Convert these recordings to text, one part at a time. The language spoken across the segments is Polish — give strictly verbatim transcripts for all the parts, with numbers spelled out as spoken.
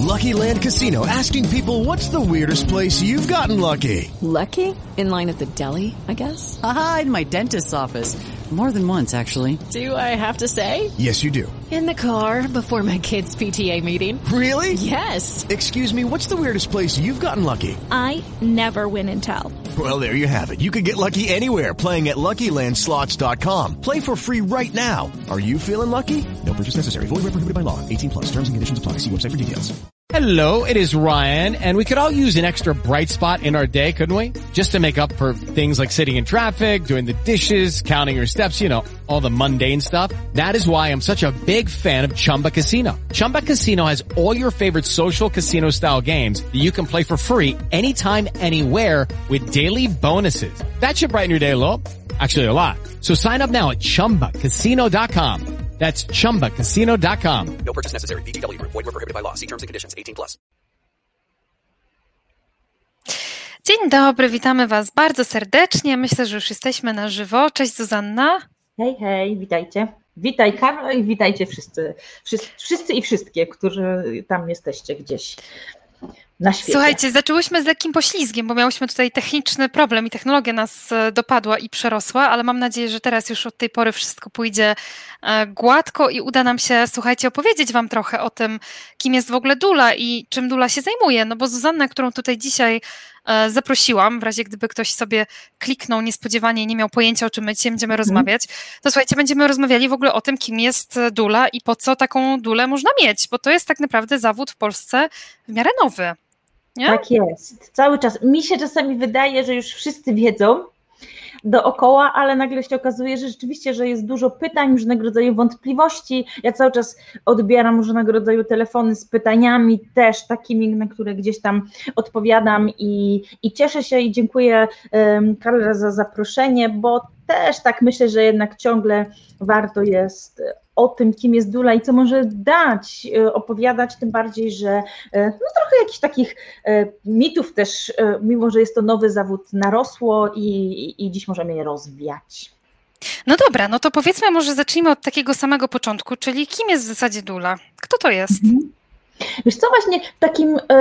Lucky Land Casino, asking people, what's the weirdest place you've gotten lucky? Lucky? In line at the deli, I guess? Aha, in my dentist's office. More than once, actually. Do I have to say? Yes, you do. In the car before my kids' P T A meeting. Really? Yes. Excuse me, what's the weirdest place you've gotten lucky? I never win and tell. Well, there you have it. You can get lucky anywhere, playing at Lucky Land Slots dot com. Play for free right now. Are you feeling lucky? No purchase necessary. Void where prohibited by law. eighteen plus. Terms and conditions apply. See website for details. Hello, it is Ryan, and we could all use an extra bright spot in our day, couldn't we? Just to make up for things like sitting in traffic, doing the dishes, counting your steps, you know, all the mundane stuff. That is why I'm such a big fan of Chumba Casino. Chumba Casino has all your favorite social casino-style games that you can play for free anytime, anywhere with daily bonuses. That should brighten your day a little. Actually, a lot. So sign up now at chumba casino dot com. That's chumba casino dot com. No purchase necessary. V G W Group. Void where prohibited by law. See terms and conditions. eighteen plus. Dzień dobry, witamy Was bardzo serdecznie. Myślę, że już jesteśmy na żywo. Cześć Zuzanna. Hej, hej, witajcie. Witaj Karol i witajcie wszyscy, wszyscy, wszyscy i wszystkie, którzy tam jesteście gdzieś na świecie. Słuchajcie, zaczęłyśmy z lekkim poślizgiem, bo miałyśmy tutaj techniczny problem i technologia nas dopadła i przerosła, ale mam nadzieję, że teraz już od tej pory wszystko pójdzie gładko i uda nam się, słuchajcie, opowiedzieć Wam trochę o tym, kim jest w ogóle Dula i czym Dula się zajmuje, no bo Zuzanna, którą tutaj dzisiaj zaprosiłam, w razie gdyby ktoś sobie kliknął niespodziewanie i nie miał pojęcia, o czym my dzisiaj będziemy rozmawiać, to słuchajcie, będziemy rozmawiali w ogóle o tym, kim jest Dula i po co taką Dulę można mieć, bo to jest tak naprawdę zawód w Polsce w miarę nowy. Nie? Tak jest, cały czas. Mi się czasami wydaje, że już wszyscy wiedzą dookoła, ale nagle się okazuje, że rzeczywiście, że jest dużo pytań, różnego rodzaju wątpliwości. Ja cały czas odbieram różnego rodzaju telefony z pytaniami też takimi, na które gdzieś tam odpowiadam i, i cieszę się i dziękuję um, Karol za zaproszenie, bo też tak myślę, że jednak ciągle warto jest o tym, kim jest Dula i co może dać, opowiadać, tym bardziej, że no trochę jakichś takich mitów też, mimo że jest to nowy zawód, narosło i, i dziś możemy je rozwijać. No dobra, no to powiedzmy może zacznijmy od takiego samego początku, czyli kim jest w zasadzie Dula? Kto to jest? Mhm. Wiesz co, właśnie w takim y,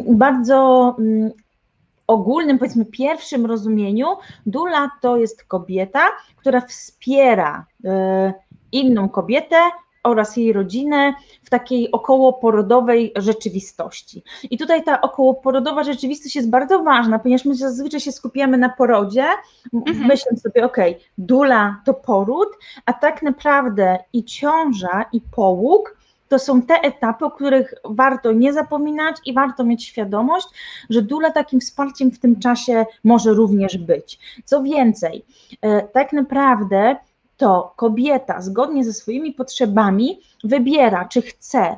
bardzo y, ogólnym, powiedzmy pierwszym rozumieniu, Dula to jest kobieta, która wspiera y, inną kobietę oraz jej rodzinę w takiej okołoporodowej rzeczywistości. I tutaj ta okołoporodowa rzeczywistość jest bardzo ważna, ponieważ my zazwyczaj się skupiamy na porodzie, mhm. myśląc sobie, okej, okay, Dula to poród, a tak naprawdę i ciąża, i połóg to są te etapy, o których warto nie zapominać i warto mieć świadomość, że Dula takim wsparciem w tym czasie może również być. Co więcej, tak naprawdę to kobieta zgodnie ze swoimi potrzebami wybiera, czy chce,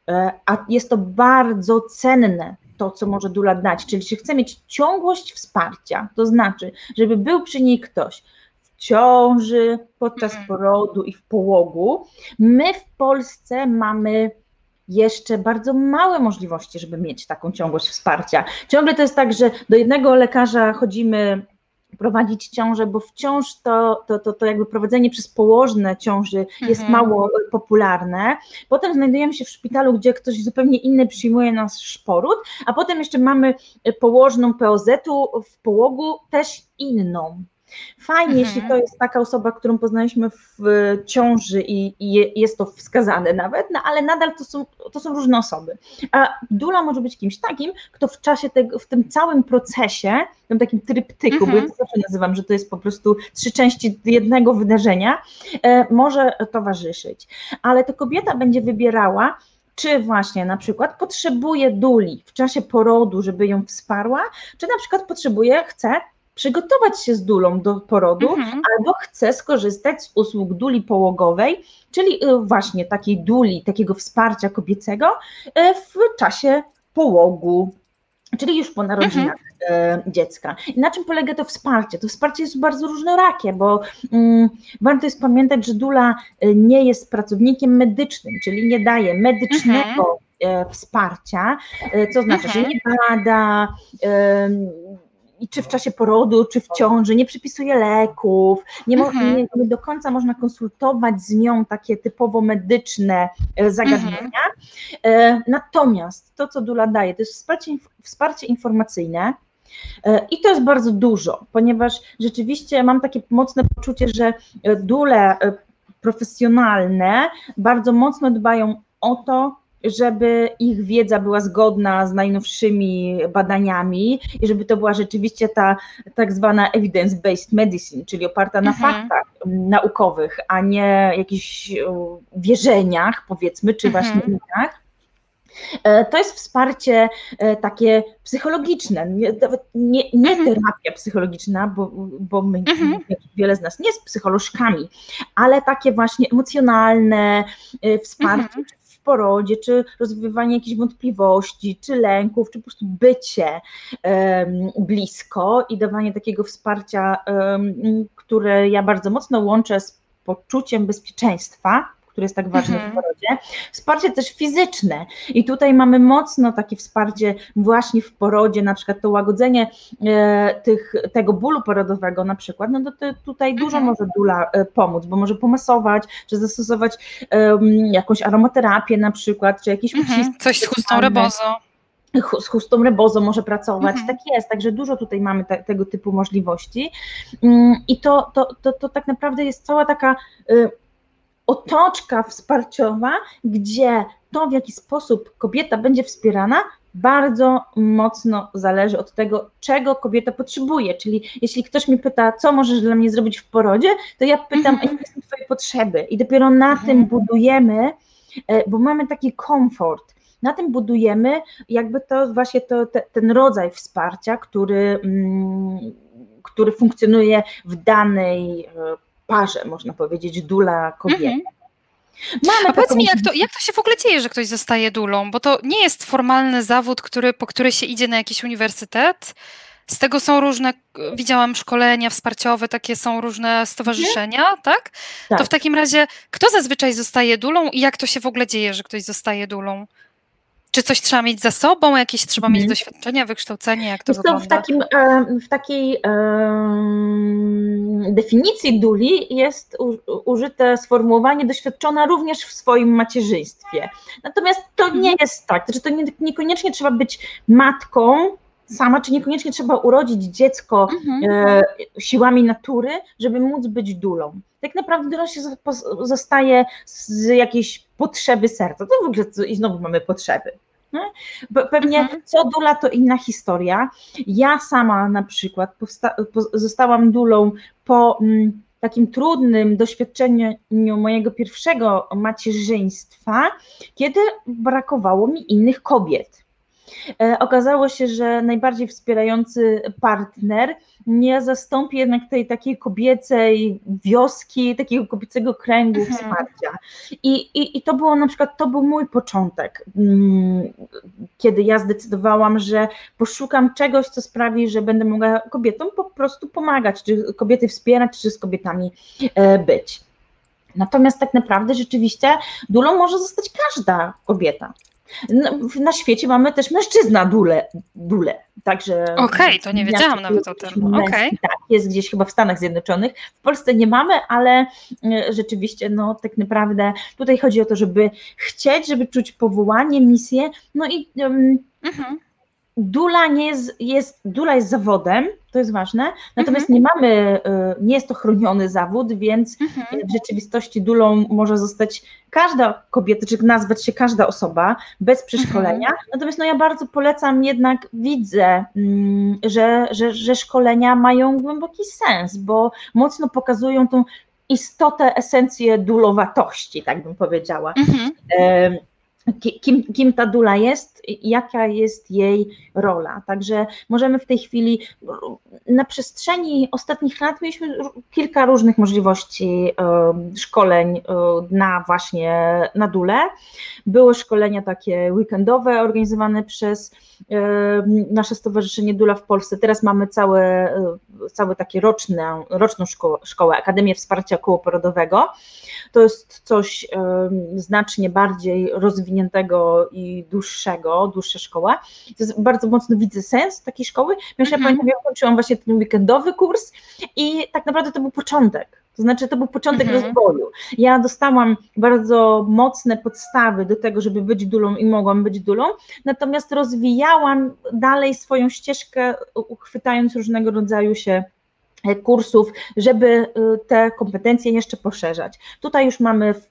a jest to bardzo cenne, to co może Dula dać, czyli czy chce mieć ciągłość wsparcia, to znaczy, żeby był przy niej ktoś w ciąży, podczas porodu i w połogu. My w Polsce mamy jeszcze bardzo małe możliwości, żeby mieć taką ciągłość wsparcia. Ciągle to jest tak, że do jednego lekarza chodzimy prowadzić ciążę, bo wciąż to, to, to, to jakby prowadzenie przez położne ciąży jest mhm. mało popularne. Potem znajdujemy się w szpitalu, gdzie ktoś zupełnie inny przyjmuje nasz poród, a potem jeszcze mamy położną P O Z-u w połogu też inną. Fajnie, mhm. jeśli to jest taka osoba, którą poznaliśmy w ciąży i, i jest to wskazane nawet, no ale nadal to są, to są różne osoby. A Dula może być kimś takim, kto w czasie tego, w tym całym procesie, w tym takim tryptyku, mhm. bo ja to zawsze nazywam, że to jest po prostu trzy części jednego wydarzenia, e, może towarzyszyć. Ale to kobieta będzie wybierała, czy właśnie na przykład potrzebuje Duli w czasie porodu, żeby ją wsparła, czy na przykład potrzebuje, chce przygotować się z Dulą do porodu, mhm. albo chce skorzystać z usług Duli połogowej, czyli właśnie takiej Duli, takiego wsparcia kobiecego w czasie połogu, czyli już po narodzinach mhm. dziecka. I na czym polega to wsparcie? To wsparcie jest bardzo różnorakie, bo um, warto jest pamiętać, że Dula nie jest pracownikiem medycznym, czyli nie daje medycznego mhm. wsparcia, co znaczy, mhm. że nie bada, um, i czy w czasie porodu, czy w ciąży, nie przypisuje leków, nie, mo, Mhm. nie, nie do końca można konsultować z nią takie typowo medyczne e, zagadnienia. E, Natomiast to, co dula daje, to jest wsparcie, inf- wsparcie informacyjne. E, I to jest bardzo dużo, ponieważ rzeczywiście mam takie mocne poczucie, że e, dule e, profesjonalne bardzo mocno dbają o to, żeby ich wiedza była zgodna z najnowszymi badaniami i żeby to była rzeczywiście ta tak zwana evidence-based medicine, czyli oparta na Mhm. faktach m, naukowych, a nie jakichś e, wierzeniach, powiedzmy, czy Mhm. właśnie mitach. E, To jest wsparcie e, takie psychologiczne, nie, nawet nie, nie Mhm. terapia psychologiczna, bo, bo my, Mhm. wiele z nas nie jest psycholożkami, ale takie właśnie emocjonalne e, wsparcie Mhm. czy w porodzie, czy rozwiązywanie jakichś wątpliwości, czy lęków, czy po prostu bycie em, blisko i dawanie takiego wsparcia, em, które ja bardzo mocno łączę z poczuciem bezpieczeństwa, które jest tak ważne Mhm. w porodzie. Wsparcie też fizyczne i tutaj mamy mocno takie wsparcie właśnie w porodzie, na przykład to łagodzenie e, tych, tego bólu porodowego na przykład, no to, to tutaj dużo Mhm. może dula e, pomóc, bo może pomasować, czy zastosować em, jakąś aromaterapię na przykład, czy jakieś Mhm. uciski Coś z chustą specjalne. rebozo. Chu- z chustą rebozo może pracować, Mhm. tak jest, także dużo tutaj mamy te, tego typu możliwości. Mm, i to, to, to, to tak naprawdę jest cała taka y, otoczka wsparciowa, gdzie to, w jaki sposób kobieta będzie wspierana, bardzo mocno zależy od tego, czego kobieta potrzebuje, czyli jeśli ktoś mnie pyta, co możesz dla mnie zrobić w porodzie, to ja pytam, Mhm. jakie są twoje potrzeby i dopiero na Mhm. tym budujemy, e, bo mamy taki komfort, na tym budujemy jakby to właśnie to, te, ten rodzaj wsparcia, który, mm, który funkcjonuje w danej e, parze, można powiedzieć, dula kobieta. Mhm. Mamy A powiedz taką mi, jak to, jak to się w ogóle dzieje, że ktoś zostaje dulą? Bo to nie jest formalny zawód, który, po który się idzie na jakiś uniwersytet. Z tego są różne, widziałam szkolenia wsparciowe, takie są różne stowarzyszenia, tak? tak. To w takim razie, kto zazwyczaj zostaje dulą i jak to się w ogóle dzieje, że ktoś zostaje dulą? Czy coś trzeba mieć za sobą, jakieś trzeba mieć Mhm. doświadczenie, wykształcenie, jak to Wiesz co, w, wygląda? takim, e, w takiej e, definicji duli jest u, użyte sformułowanie doświadczona również w swoim macierzyństwie. Natomiast to nie jest tak, znaczy to nie, niekoniecznie trzeba być matką sama, czy niekoniecznie trzeba urodzić dziecko Mhm. e, siłami natury, żeby móc być dulą. Tak naprawdę dulą się zo- zostaje z jakiejś potrzeby serca. To w ogóle co- i znowu mamy potrzeby. nie? Pe- Pewnie Mhm. co dula to inna historia. Ja sama na przykład powsta- po- zostałam dulą po mm, takim trudnym doświadczeniu mojego pierwszego macierzyństwa, kiedy brakowało mi innych kobiet. E, Okazało się, że najbardziej wspierający partner nie zastąpi jednak tej takiej kobiecej wioski, takiego kobiecego kręgu Mhm. wsparcia. I, i, I to było na przykład, to był mój początek, mm, kiedy ja zdecydowałam, że poszukam czegoś, co sprawi, że będę mogła kobietom po prostu pomagać, czy kobiety wspierać, czy z kobietami e, być. Natomiast tak naprawdę rzeczywiście dulą może zostać każda kobieta. No, w- na świecie mamy też mężczyzna dule, dule. Także Okej, to nie ja- wiedziałam nawet o tym. męski, Okej. Tak, jest gdzieś chyba w Stanach Zjednoczonych. W Polsce nie mamy, ale e, rzeczywiście no tak naprawdę tutaj chodzi o to, żeby chcieć, żeby czuć powołanie, misję, no i um, Mhm. dula nie jest, jest, dula jest zawodem, to jest ważne, natomiast Mhm. nie mamy, y, nie jest to chroniony zawód, więc Mhm. w rzeczywistości dulą może zostać każda kobieta, czy nazwać się każda osoba bez przeszkolenia, natomiast no ja bardzo polecam, jednak widzę, mm, że, że, że szkolenia mają głęboki sens, bo mocno pokazują tą istotę, esencję dulowatości, tak bym powiedziała. Mhm. Em, ki- Kim, kim ta dula jest, i jaka jest jej rola. Także możemy w tej chwili, na przestrzeni ostatnich lat mieliśmy r- kilka różnych możliwości em, szkoleń em, na właśnie na dule. Były szkolenia takie weekendowe organizowane przez em, nasze Stowarzyszenie Dula w Polsce. Teraz mamy całe, e, całe takie roczne, roczną szkołę, szkołę, Akademię Wsparcia Kołoporodowego. To jest coś em, znacznie bardziej rozwiniętego i dłuższego, długo, dłuższa szkoła. To jest, bardzo mocno widzę sens takiej szkoły. Ja Mhm. pamiętam, ja kończyłam właśnie ten weekendowy kurs i tak naprawdę to był początek. To znaczy to był początek Mhm. rozwoju. Ja dostałam bardzo mocne podstawy do tego, żeby być dulą i mogłam być dulą, natomiast rozwijałam dalej swoją ścieżkę, uchwytając różnego rodzaju się kursów, żeby te kompetencje jeszcze poszerzać. Tutaj już mamy w,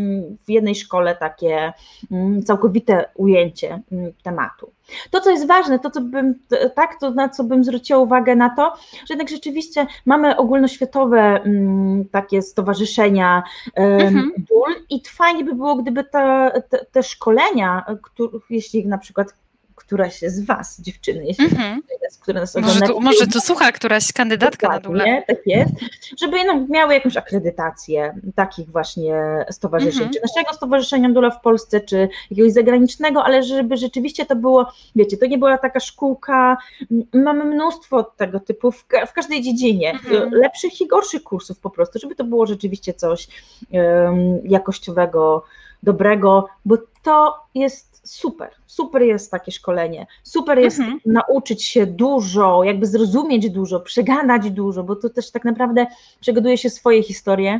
w jednej szkole takie całkowite ujęcie tematu. To, co jest ważne, to, co bym, tak, to na co bym zwróciła uwagę na to, że jednak rzeczywiście mamy ogólnoświatowe takie stowarzyszenia Mhm. dul i fajnie by było, gdyby te, te, te szkolenia, które, jeśli na przykład któraś z was, dziewczyny, jeśli Mhm. które nas Może oglądają, tu, może tu słucha któraś kandydatka na dule. dokładnie, tak jest, żeby no, miały jakąś akredytację takich właśnie stowarzyszeń, Mhm. czy naszego stowarzyszenia dula w Polsce, czy jakiegoś zagranicznego, ale żeby rzeczywiście to było, wiecie, to nie była taka szkółka, mamy mnóstwo tego typu w, ka- w każdej dziedzinie, Mhm. lepszych i gorszych kursów po prostu, żeby to było rzeczywiście coś um, jakościowego, dobrego, bo to jest super, super jest takie szkolenie, super jest Mhm. nauczyć się dużo, jakby zrozumieć dużo, przegadać dużo, bo to też tak naprawdę przegaduje się swoje historie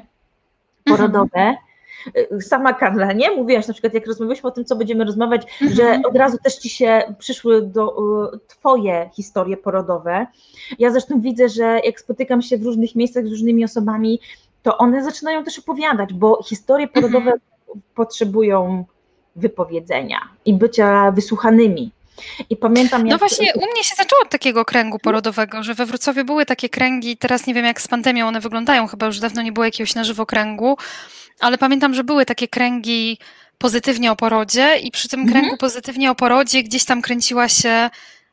porodowe. Sama Karla, nie? Mówiłaś na przykład, jak rozmawialiśmy o tym, co będziemy rozmawiać, że od razu też ci się przyszły do y, twoje historie porodowe. Ja zresztą widzę, że jak spotykam się w różnych miejscach z różnymi osobami, to one zaczynają też opowiadać, bo historie porodowe potrzebują wypowiedzenia i bycia wysłuchanymi. I pamiętam, jak... No właśnie, u mnie się zaczęło od takiego kręgu porodowego, że we Wrocławiu były takie kręgi, teraz nie wiem jak z pandemią one wyglądają, chyba już dawno nie było jakiegoś na żywo kręgu, ale pamiętam, że były takie kręgi pozytywnie o porodzie i przy tym Mhm. kręgu pozytywnie o porodzie gdzieś tam kręciła się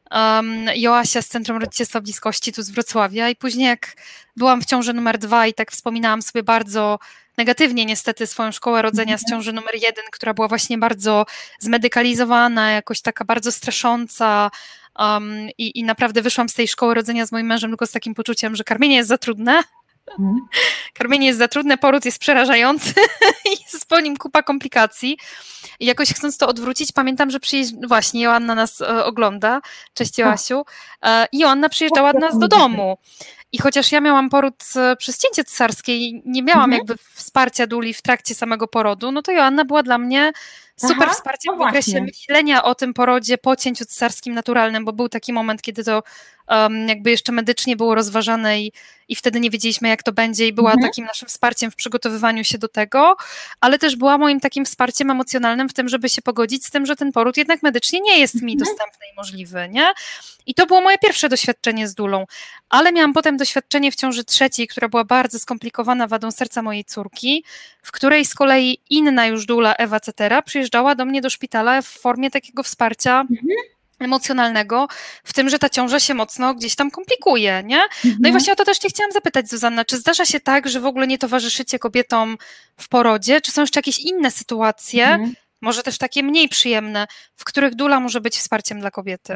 um, Joasia z Centrum Rodzicielstwa Bliskości tu z Wrocławia i później jak byłam w ciąży numer dwa i tak wspominałam sobie bardzo negatywnie niestety swoją szkołę rodzenia z ciąży numer jeden, która była właśnie bardzo zmedykalizowana, jakoś taka bardzo strasząca um, i, i naprawdę wyszłam z tej szkoły rodzenia z moim mężem tylko z takim poczuciem, że karmienie jest za trudne. Mhm. Karmienie jest za trudne, poród jest przerażający i jest po nim kupa komplikacji. I jakoś chcąc to odwrócić, pamiętam, że przyjeździ... właśnie Joanna nas e, ogląda. Cześć Joasiu. E, I Joanna przyjeżdżała do nas do domu. I chociaż ja miałam poród e, przez cięcie cesarskie i nie miałam Mhm. jakby wsparcia duli w trakcie samego porodu, no to Joanna była dla mnie super Aha, wsparciem no w okresie właśnie. myślenia o tym porodzie po cięciu cesarskim naturalnym, bo był taki moment, kiedy to um, jakby jeszcze medycznie było rozważane i, i wtedy nie wiedzieliśmy, jak to będzie i była Mhm. takim naszym wsparciem w przygotowywaniu się do tego, ale też była moim takim wsparciem emocjonalnym w tym, żeby się pogodzić z tym, że ten poród jednak medycznie nie jest mi Mhm. dostępny i możliwy, nie? I to było moje pierwsze doświadczenie z dulą, ale miałam potem doświadczenie w ciąży trzeciej, która była bardzo skomplikowana wadą serca mojej córki, w której z kolei inna już dula, Ewa Cetera, przyjeżdżała do mnie do szpitala w formie takiego wsparcia Mhm. emocjonalnego, w tym, że ta ciąża się mocno gdzieś tam komplikuje, nie? No i Mhm. właśnie o to też cię chciałam zapytać, Zuzanna, czy zdarza się tak, że w ogóle nie towarzyszycie kobietom w porodzie, czy są jeszcze jakieś inne sytuacje, Mhm. może też takie mniej przyjemne, w których dula może być wsparciem dla kobiety?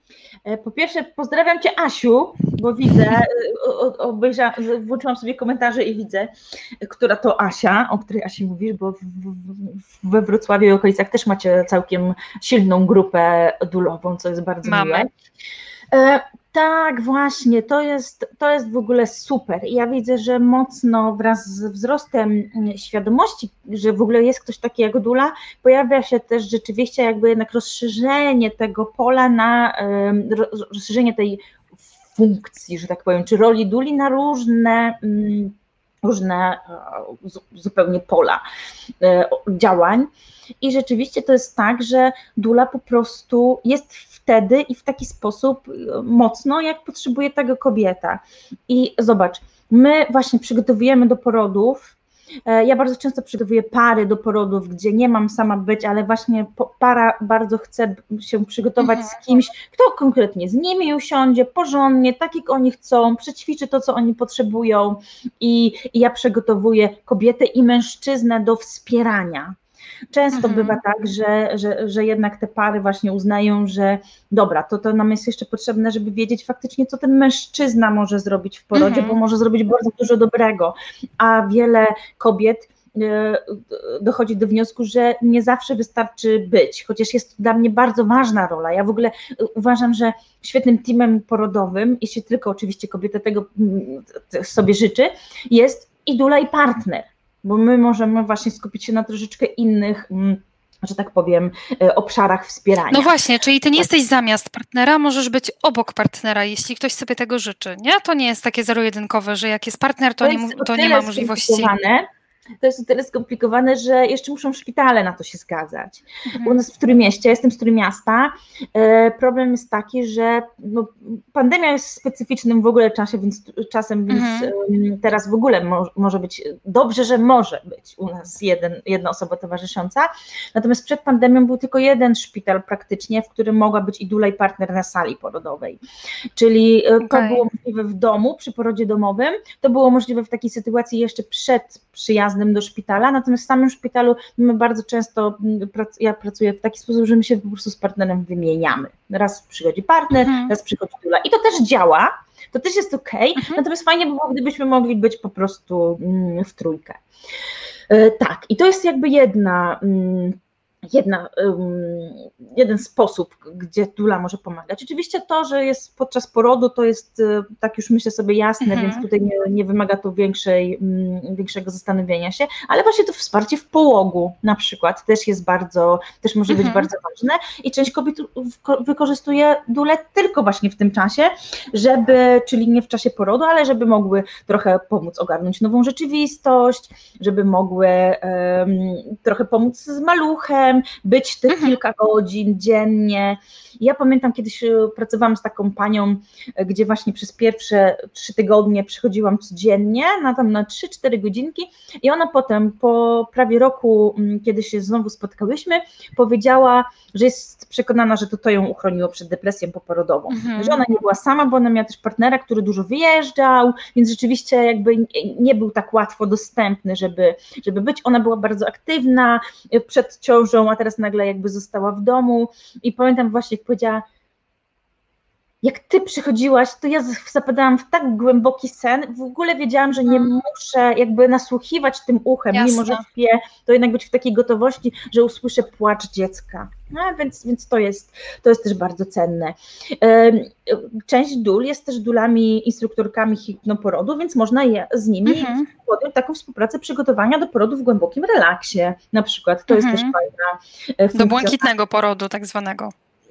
Po pierwsze, pozdrawiam cię, Asiu, bo widzę, obejrzałam, włączyłam sobie komentarze i widzę, która to Asia, o której Asi mówisz, bo w, w, we Wrocławiu i okolicach też macie całkiem silną grupę dulową, co jest bardzo Mamy. miłe. E, tak, właśnie, to jest, to jest w ogóle super. Ja widzę, że mocno wraz z wzrostem świadomości, że w ogóle jest ktoś taki jak dula, pojawia się też rzeczywiście jakby jednak rozszerzenie tego pola na, rozszerzenie tej funkcji, że tak powiem, czy roli duli na różne, różne zupełnie pola działań. I rzeczywiście to jest tak, że dula po prostu jest wtedy i w taki sposób mocno, jak potrzebuje tego kobieta. I zobacz, my właśnie przygotowujemy do porodów, ja bardzo często przygotowuję pary do porodów, gdzie nie mam sama być, ale właśnie para bardzo chce się przygotować Mhm. z kimś, kto konkretnie z nimi usiądzie, porządnie, tak jak oni chcą, przećwiczy to, co oni potrzebują i, i ja przygotowuję kobietę i mężczyznę do wspierania. Często Mhm. bywa tak, że, że, że jednak te pary właśnie uznają, że dobra, to, to nam jest jeszcze potrzebne, żeby wiedzieć faktycznie, co ten mężczyzna może zrobić w porodzie, Mhm. bo może zrobić bardzo dużo dobrego, a wiele kobiet dochodzi do wniosku, że nie zawsze wystarczy być, chociaż jest to dla mnie bardzo ważna rola. Ja w ogóle uważam, że świetnym teamem porodowym, jeśli tylko oczywiście kobieta tego sobie życzy, jest i dula i partner, bo my możemy właśnie skupić się na troszeczkę innych, że tak powiem, obszarach wspierania. No właśnie, czyli ty nie jesteś zamiast partnera, możesz być obok partnera, jeśli ktoś sobie tego życzy, nie? To nie jest takie zero-jedynkowe, że jak jest partner, to, to, nie, to nie ma możliwości. To jest o tyle skomplikowane, że jeszcze muszą szpitale na to się zgadzać. Mhm. U nas w Trójmieście, jestem z Trójmiasta, problem jest taki, że no, pandemia jest w specyficznym w ogóle czasie, więc czasem, więc mhm. teraz w ogóle mo, może być dobrze, że może być u nas jeden, jedna osoba towarzysząca, natomiast przed pandemią był tylko jeden szpital praktycznie, w którym mogła być i dula i partner na sali porodowej, czyli okay. to było możliwe w domu, przy porodzie domowym, to było możliwe w takiej sytuacji jeszcze przed przyjazdem do szpitala, natomiast w samym szpitalu my bardzo często, ja pracuję w taki sposób, że my się po prostu z partnerem wymieniamy. Raz przychodzi partner, mhm. raz przychodzi dula i to też działa, to też jest okej, okay, mhm. natomiast fajnie by było, gdybyśmy mogli być po prostu w trójkę. Tak, i to jest jakby jedna Jedna, jeden sposób, gdzie dula może pomagać. Oczywiście to, że jest podczas porodu, to jest tak już myślę sobie jasne, mhm. więc tutaj nie, nie wymaga to większej, większego zastanowienia się, ale właśnie to wsparcie w połogu na przykład też jest bardzo, też może mhm. być bardzo ważne i część kobiet wykorzystuje dulę tylko właśnie w tym czasie, żeby, czyli nie w czasie porodu, ale żeby mogły trochę pomóc ogarnąć nową rzeczywistość, żeby mogły um, trochę pomóc z maluchem, być tych mhm. kilka godzin dziennie. Ja pamiętam, kiedyś pracowałam z taką panią, gdzie właśnie przez pierwsze trzy tygodnie przychodziłam codziennie, na tam na trzy cztery godzinki i ona potem po prawie roku, kiedy się znowu spotkałyśmy, powiedziała, że jest przekonana, że to to ją uchroniło przed depresją poporodową, mhm. że ona nie była sama, bo ona miała też partnera, który dużo wyjeżdżał, więc rzeczywiście jakby nie był tak łatwo dostępny, żeby, żeby być. Ona była bardzo aktywna przed ciążą, a teraz nagle jakby została w domu i pamiętam właśnie, jak powiedziała, jak ty przychodziłaś, to ja zapadałam w tak głęboki sen, w ogóle wiedziałam, że nie muszę jakby nasłuchiwać tym uchem, Jasne. mimo że śpię, to jednak być w takiej gotowości, że usłyszę płacz dziecka, no, więc, więc to jest, to jest też bardzo cenne. Część dul jest też dulami, instruktorkami hipnoporodu, więc można je, z nimi mhm. podjąć taką współpracę przygotowania do porodu w głębokim relaksie, na przykład, to mhm. jest też fajna. Do błękitnego porodu tak zwanego.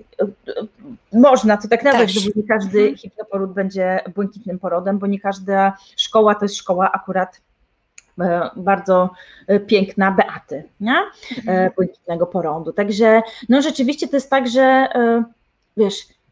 Można to tak nazwać, bo nie każdy hmm. hipnoporód będzie błękitnym porodem, bo nie każda szkoła to jest szkoła akurat e, bardzo piękna Beaty, nie? E, błękitnego porodu. Także no rzeczywiście to jest tak, że e, wiesz,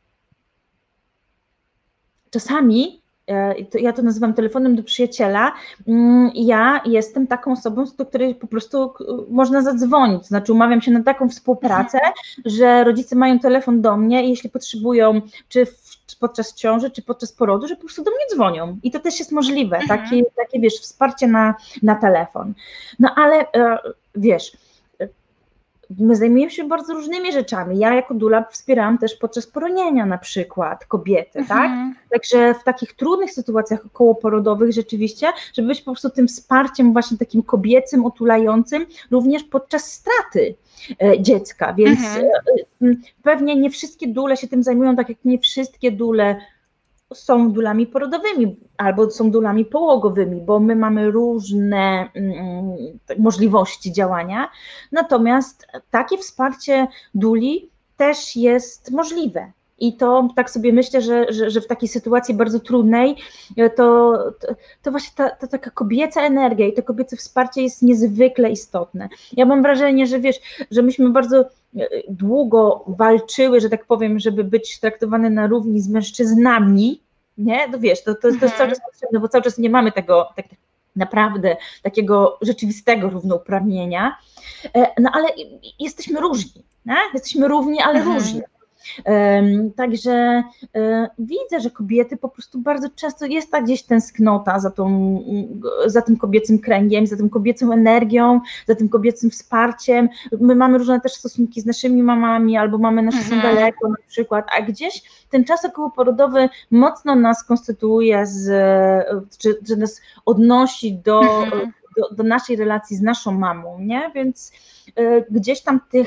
czasami ja to nazywam telefonem do przyjaciela, ja jestem taką osobą, do której po prostu można zadzwonić, znaczy umawiam się na taką współpracę, że rodzice mają telefon do mnie i jeśli potrzebują, czy, w, czy podczas ciąży, czy podczas porodu, że po prostu do mnie dzwonią i to też jest możliwe, takie, takie wiesz, wsparcie na, na telefon. No ale wiesz, my zajmujemy się bardzo różnymi rzeczami. Ja jako dula wspierałam też podczas poronienia na przykład kobiety, mhm. tak? Także w takich trudnych sytuacjach okołoporodowych rzeczywiście, żeby być po prostu tym wsparciem właśnie takim kobiecym, otulającym, również podczas straty e, dziecka, więc mhm. e, pewnie nie wszystkie dule się tym zajmują, tak jak nie wszystkie dule są dulami porodowymi albo są dulami połogowymi, bo my mamy różne mm, możliwości działania, natomiast takie wsparcie duli też jest możliwe. I to tak sobie myślę, że, że, że w takiej sytuacji bardzo trudnej to, to, to właśnie ta, ta taka kobieca energia i to kobiece wsparcie jest niezwykle istotne. Ja mam wrażenie, że wiesz, że myśmy bardzo długo walczyły, że tak powiem, żeby być traktowane na równi z mężczyznami, nie? No wiesz, to, to, to jest cały czas potrzebne, bo cały czas nie mamy tego tak naprawdę takiego rzeczywistego równouprawnienia, no ale jesteśmy różni, nie? Jesteśmy równi, ale mhm. różni. Um, także um, widzę, że kobiety po prostu bardzo często jest ta gdzieś tęsknota za, tą, za tym kobiecym kręgiem, za tą kobiecą energią, za tym kobiecym wsparciem. My mamy różne też stosunki z naszymi mamami, albo mamy nasze mhm. są daleko na przykład, a gdzieś ten czas okołoporodowy mocno nas konstytuuje, z, czy, czy nas odnosi do, mhm. do, do naszej relacji z naszą mamą, nie? Więc y, gdzieś tam tych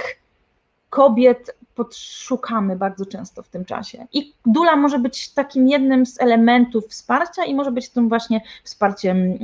kobiet podszukamy bardzo często w tym czasie. I dula może być takim jednym z elementów wsparcia i może być tym właśnie wsparciem y,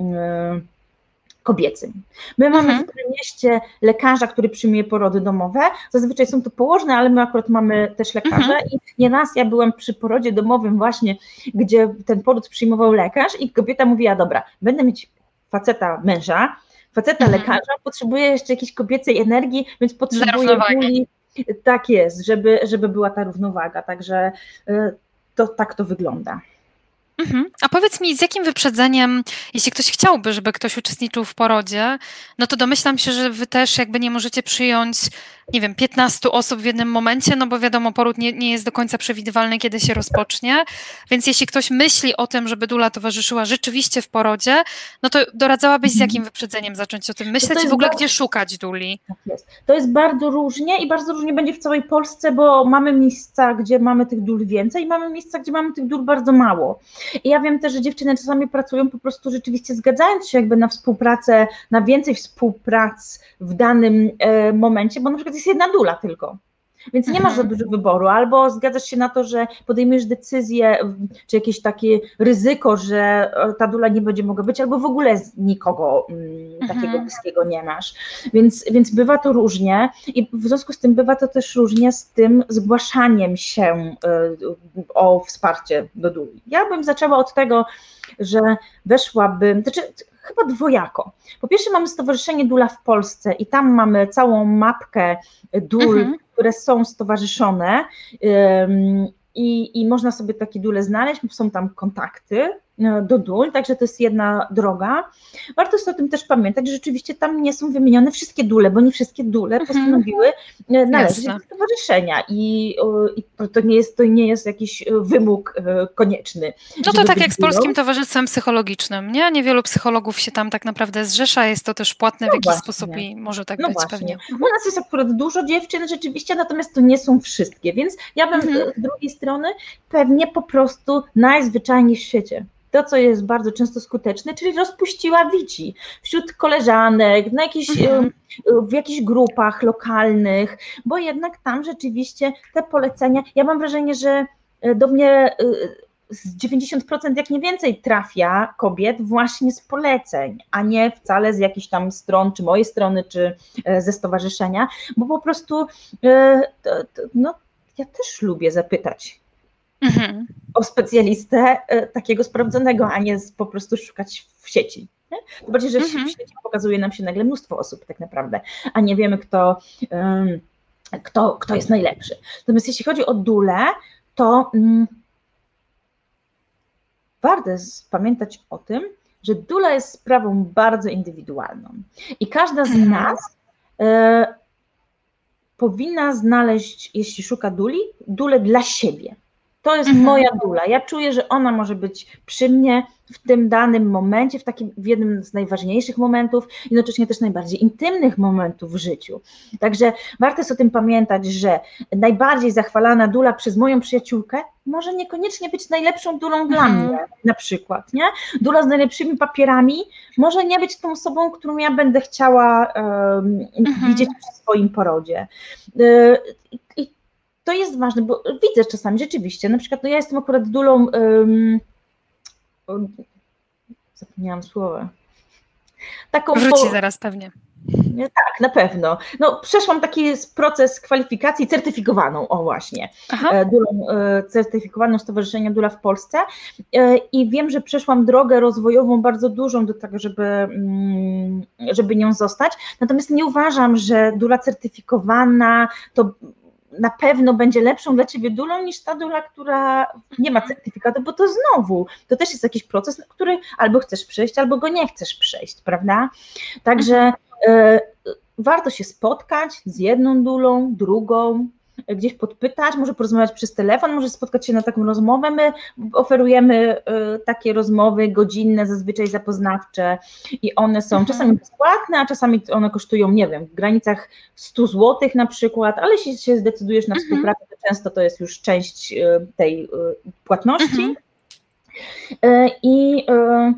kobiecym. My mamy Mhm. w mieście lekarza, który przyjmuje porody domowe. Zazwyczaj są to położne, ale my akurat mamy też lekarza i nieraz ja byłam przy porodzie domowym właśnie, gdzie ten poród przyjmował lekarz i kobieta mówiła, dobra, będę mieć faceta męża, faceta Mhm. lekarza, potrzebuję jeszcze jakiejś kobiecej energii, więc potrzebuję równowagi. duli. Tak jest, żeby, żeby była ta równowaga, także y, to tak to wygląda. Mhm. A powiedz mi, z jakim wyprzedzeniem, jeśli ktoś chciałby, żeby ktoś uczestniczył w porodzie, no to domyślam się, że wy też jakby nie możecie przyjąć, nie wiem, piętnastu osób w jednym momencie, no bo wiadomo, poród nie, nie jest do końca przewidywalny, kiedy się rozpocznie, więc jeśli ktoś myśli o tym, żeby dula towarzyszyła rzeczywiście w porodzie, no to doradzałabyś z jakim wyprzedzeniem zacząć o tym myśleć jest i w ogóle bardzo- gdzie szukać duli? Tak jest. To jest bardzo różnie i bardzo różnie będzie w całej Polsce, bo mamy miejsca, gdzie mamy tych dól więcej i mamy miejsca, gdzie mamy tych dól bardzo mało. I ja wiem też, że dziewczyny czasami pracują po prostu rzeczywiście zgadzając się jakby na współpracę, na więcej współprac w danym e, momencie, bo na przykład jest jedna dula tylko. Więc nie masz za dużo wyboru, albo zgadzasz się na to, że podejmiesz decyzję, czy jakieś takie ryzyko, że ta dula nie będzie mogła być, albo w ogóle z nikogo mm, takiego Mhm. bliskiego nie masz. Więc, więc bywa to różnie i w związku z tym bywa to też różnie z tym zgłaszaniem się y, o wsparcie do duli. Ja bym zaczęła od tego, że weszłabym, znaczy chyba dwojako. Po pierwsze mamy Stowarzyszenie Dula w Polsce i tam mamy całą mapkę dól, Mhm. które są stowarzyszone ym, i, i można sobie takie dule znaleźć, są tam kontakty do dól, także to jest jedna droga. Warto sobie o tym też pamiętać, że rzeczywiście tam nie są wymienione wszystkie dule, bo nie wszystkie dule Mhm. postanowiły e, należeć Jasne. do stowarzyszenia i, o, i to, to, nie jest, to nie jest jakiś wymóg e, konieczny. No to żeby tak być jak z dulą. Polskim Towarzystwem Psychologicznym, nie? Niewielu psychologów się tam tak naprawdę zrzesza, jest to też płatne w No jakiś właśnie. sposób i może tak No być właśnie. pewnie. U nas jest akurat dużo dziewczyn rzeczywiście, natomiast to nie są wszystkie, więc ja bym Mhm. z drugiej strony pewnie po prostu najzwyczajniej w świecie. To, co jest bardzo często skuteczne, czyli rozpuściła wici wśród koleżanek, na jakichś, Mhm. w jakichś grupach lokalnych, bo jednak tam rzeczywiście te polecenia, ja mam wrażenie, że do mnie z dziewięćdziesiąt procent jak nie więcej trafia kobiet właśnie z poleceń, a nie wcale z jakichś tam stron, czy mojej strony, czy ze stowarzyszenia, bo po prostu to, to, no, ja też lubię zapytać Mhm. o specjalistę takiego sprawdzonego, a nie po prostu szukać w sieci. Nie? To bardziej, że Mhm. w sieci pokazuje nam się nagle mnóstwo osób tak naprawdę, a nie wiemy, kto, um, kto, kto jest najlepszy. Natomiast jeśli chodzi o dulę, to um, warto jest pamiętać o tym, że dula jest sprawą bardzo indywidualną i każda z Mhm. nas e, powinna znaleźć, jeśli szuka duli, dulę dla siebie. To jest Mhm. moja dula. Ja czuję, że ona może być przy mnie w tym danym momencie, w takim w jednym z najważniejszych momentów, jednocześnie też najbardziej intymnych momentów w życiu. Także warto jest o tym pamiętać, że najbardziej zachwalana dula przez moją przyjaciółkę może niekoniecznie być najlepszą dulą dla Mhm. mnie, na przykład, nie? Dula z najlepszymi papierami może nie być tą osobą, którą ja będę chciała um, Mhm. widzieć przy swoim porodzie. Y, i to jest ważne, bo widzę czasami rzeczywiście, na przykład no ja jestem akurat dulą, um, um, zapomniałam słowa, taką Wróci po, zaraz pewnie. nie, tak, na pewno. No, przeszłam taki proces kwalifikacji certyfikowaną, o właśnie, Aha. e, dulą e, certyfikowaną Stowarzyszenia Dula w Polsce e, i wiem, że przeszłam drogę rozwojową bardzo dużą do tego, żeby, mm, żeby nią zostać, natomiast nie uważam, że dula certyfikowana to na pewno będzie lepszą dla ciebie dulą niż ta dula, która nie ma certyfikatu, bo to znowu, to też jest jakiś proces, na który albo chcesz przejść, albo go nie chcesz przejść, prawda? Także y, warto się spotkać z jedną dulą, drugą, gdzieś podpytać, może porozmawiać przez telefon, może spotkać się na taką rozmowę. My oferujemy y, takie rozmowy godzinne, zazwyczaj zapoznawcze i one są Mhm. czasami bezpłatne, a czasami one kosztują, nie wiem, w granicach stu złotych na przykład, ale jeśli się zdecydujesz na Mhm. współpracę, to często to jest już część y, tej y, płatności. Mhm. Y, I y,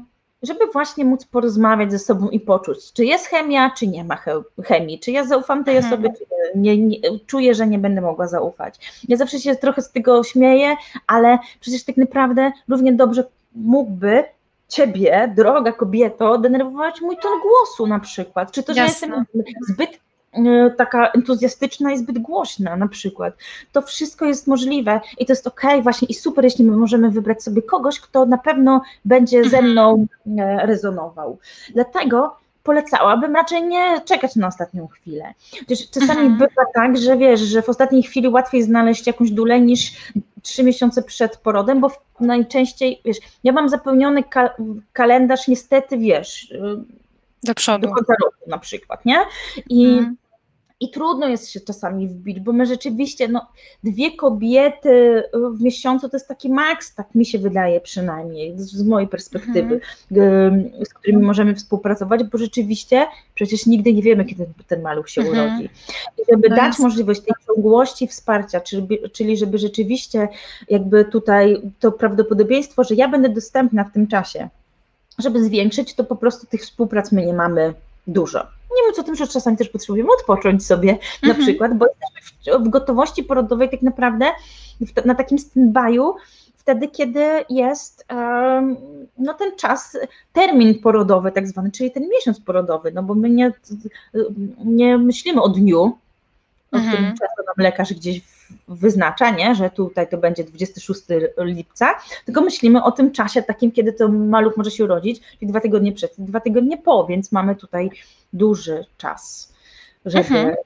żeby właśnie móc porozmawiać ze sobą i poczuć, czy jest chemia, czy nie ma chemii, czy ja zaufam tej Mhm. osobie, czy nie, nie, czuję, że nie będę mogła zaufać. Ja zawsze się trochę z tego śmieję, ale przecież tak naprawdę równie dobrze mógłby ciebie, droga kobieto, denerwować mój ton głosu na przykład, czy to, że Jasne. jestem zbyt e, taka entuzjastyczna i zbyt głośna na przykład. To wszystko jest możliwe i to jest okej właśnie i super, jeśli my możemy wybrać sobie kogoś, kto na pewno będzie ze mną e, rezonował. Dlatego polecałabym raczej nie czekać na ostatnią chwilę. Przecież czasami Mhm. bywa tak, że wiesz, że w ostatniej chwili łatwiej znaleźć jakąś dulę niż trzy miesiące przed porodem, bo w- najczęściej, wiesz, ja mam zapełniony ka- kalendarz niestety, wiesz, Do przodu. do końca roku na przykład, nie? I, Mhm. i trudno jest się czasami wbić, bo my rzeczywiście, no, dwie kobiety w miesiącu to jest taki maks, tak mi się wydaje przynajmniej, z, z mojej perspektywy, ym, z którymi możemy współpracować, bo rzeczywiście przecież nigdy nie wiemy, kiedy ten maluch się Mhm. urodzi. I żeby No dać jasne. możliwość tej ciągłości wsparcia, czyli, czyli żeby rzeczywiście jakby tutaj to prawdopodobieństwo, że ja będę dostępna w tym czasie, żeby zwiększyć, to po prostu tych współprac my nie mamy dużo. Nie mówiąc o tym, że czasami też potrzebujemy odpocząć sobie na Mhm. przykład, bo jesteśmy w, w gotowości porodowej tak naprawdę w, na takim stand-by'u wtedy, kiedy jest um, no ten czas, termin porodowy tak zwany, czyli ten miesiąc porodowy, no bo my nie, nie myślimy o dniu, o Mhm. którym często nam lekarz gdzieś wyznacza, nie? Że tutaj to będzie dwudziestego szóstego lipca, tylko myślimy o tym czasie takim, kiedy to maluch może się urodzić, czyli dwa tygodnie przed, dwa tygodnie po, więc mamy tutaj duży czas, żeby, Mhm.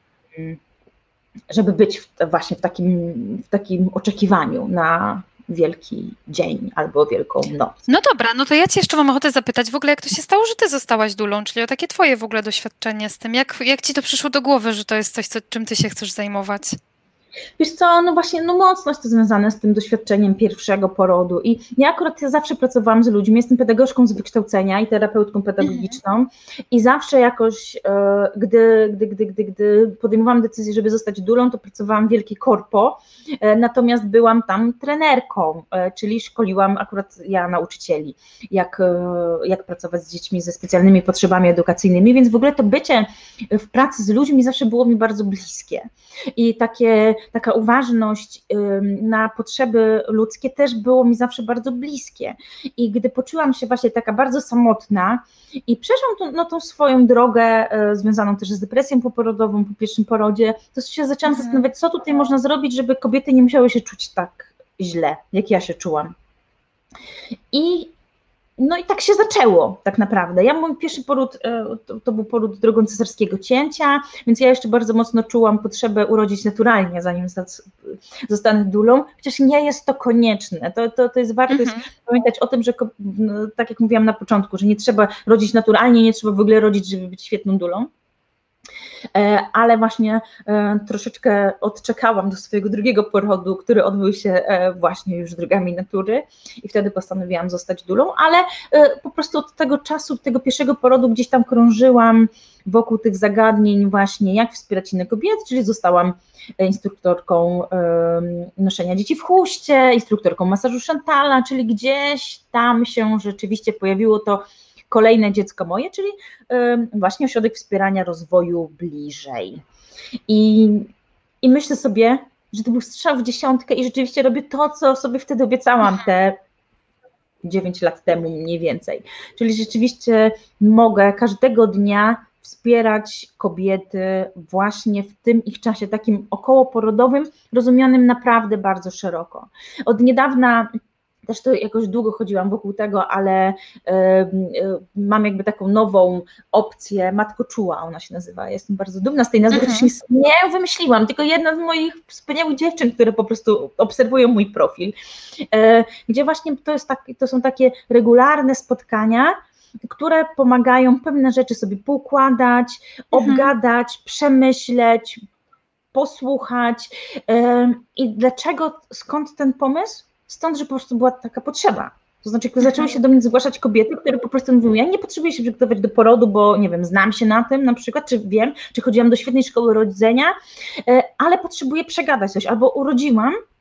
żeby być w, właśnie w takim, w takim oczekiwaniu na wielki dzień albo wielką noc. No dobra, no to ja Cię jeszcze mam ochotę zapytać w ogóle, jak to się stało, że Ty zostałaś dulą, czyli o takie Twoje w ogóle doświadczenie z tym. Jak, jak Ci to przyszło do głowy, że to jest coś, co, czym Ty się chcesz zajmować? Wiesz co, no właśnie, no mocno jest to związane z tym doświadczeniem pierwszego porodu i ja akurat ja zawsze pracowałam z ludźmi, jestem pedagogzką z wykształcenia i terapeutką pedagogiczną i zawsze jakoś, e, gdy, gdy, gdy, gdy, gdy podejmowałam decyzję, żeby zostać dulą, to pracowałam w wielkiej korpo, e, natomiast byłam tam trenerką, e, czyli szkoliłam akurat ja nauczycieli, jak, e, jak pracować z dziećmi ze specjalnymi potrzebami edukacyjnymi, więc w ogóle to bycie w pracy z ludźmi zawsze było mi bardzo bliskie i takie taka uważność na potrzeby ludzkie też było mi zawsze bardzo bliskie. I gdy poczułam się właśnie taka bardzo samotna i przeszłam tą, no, tą swoją drogę związaną też z depresją poporodową po pierwszym porodzie, to się zaczęłam Mhm. zastanawiać, co tutaj można zrobić, żeby kobiety nie musiały się czuć tak źle, jak ja się czułam. I No i tak się zaczęło tak naprawdę. Ja mój pierwszy poród, to, to był poród drogą cesarskiego cięcia, więc ja jeszcze bardzo mocno czułam potrzebę urodzić naturalnie, zanim zostanę dulą, chociaż nie jest to konieczne. To, to, to jest warto Mhm. jest pamiętać o tym, że no, tak jak mówiłam na początku, że nie trzeba rodzić naturalnie, nie trzeba w ogóle rodzić, żeby być świetną dulą. Ale właśnie troszeczkę odczekałam do swojego drugiego porodu, który odbył się właśnie już drogami natury i wtedy postanowiłam zostać dulą, ale po prostu od tego czasu, tego pierwszego porodu gdzieś tam krążyłam wokół tych zagadnień właśnie, jak wspierać inne kobiety, czyli zostałam instruktorką noszenia dzieci w chustce, instruktorką masażu Chantala, czyli gdzieś tam się rzeczywiście pojawiło to kolejne dziecko moje, czyli właśnie ośrodek wspierania rozwoju bliżej. I, i myślę sobie, że to był strzał w dziesiątkę i rzeczywiście robię to, co sobie wtedy obiecałam te dziewięć lat temu mniej więcej. Czyli rzeczywiście mogę każdego dnia wspierać kobiety właśnie w tym ich czasie takim okołoporodowym, rozumianym naprawdę bardzo szeroko. Od niedawna też to jakoś długo chodziłam wokół tego, ale y, y, mam jakby taką nową opcję, Matko Czuła ona się nazywa, jestem bardzo dumna z tej nazwy, chociaż nie, nie wymyśliłam, tylko jedna z moich wspaniałych dziewczyn, które po prostu obserwują mój profil, y, gdzie właśnie to, jest tak, to są takie regularne spotkania, które pomagają pewne rzeczy sobie poukładać, mhm. obgadać, przemyśleć, posłuchać y, i dlaczego, skąd ten pomysł? Stąd, że po prostu była taka potrzeba. To znaczy, kiedy zaczęły się do mnie zgłaszać kobiety, które po prostu mówią, ja nie potrzebuję się przygotować do porodu, bo nie wiem, znam się na tym na przykład, czy wiem, czy chodziłam do świetnej szkoły rodzenia, ale potrzebuję przegadać coś, albo urodziłam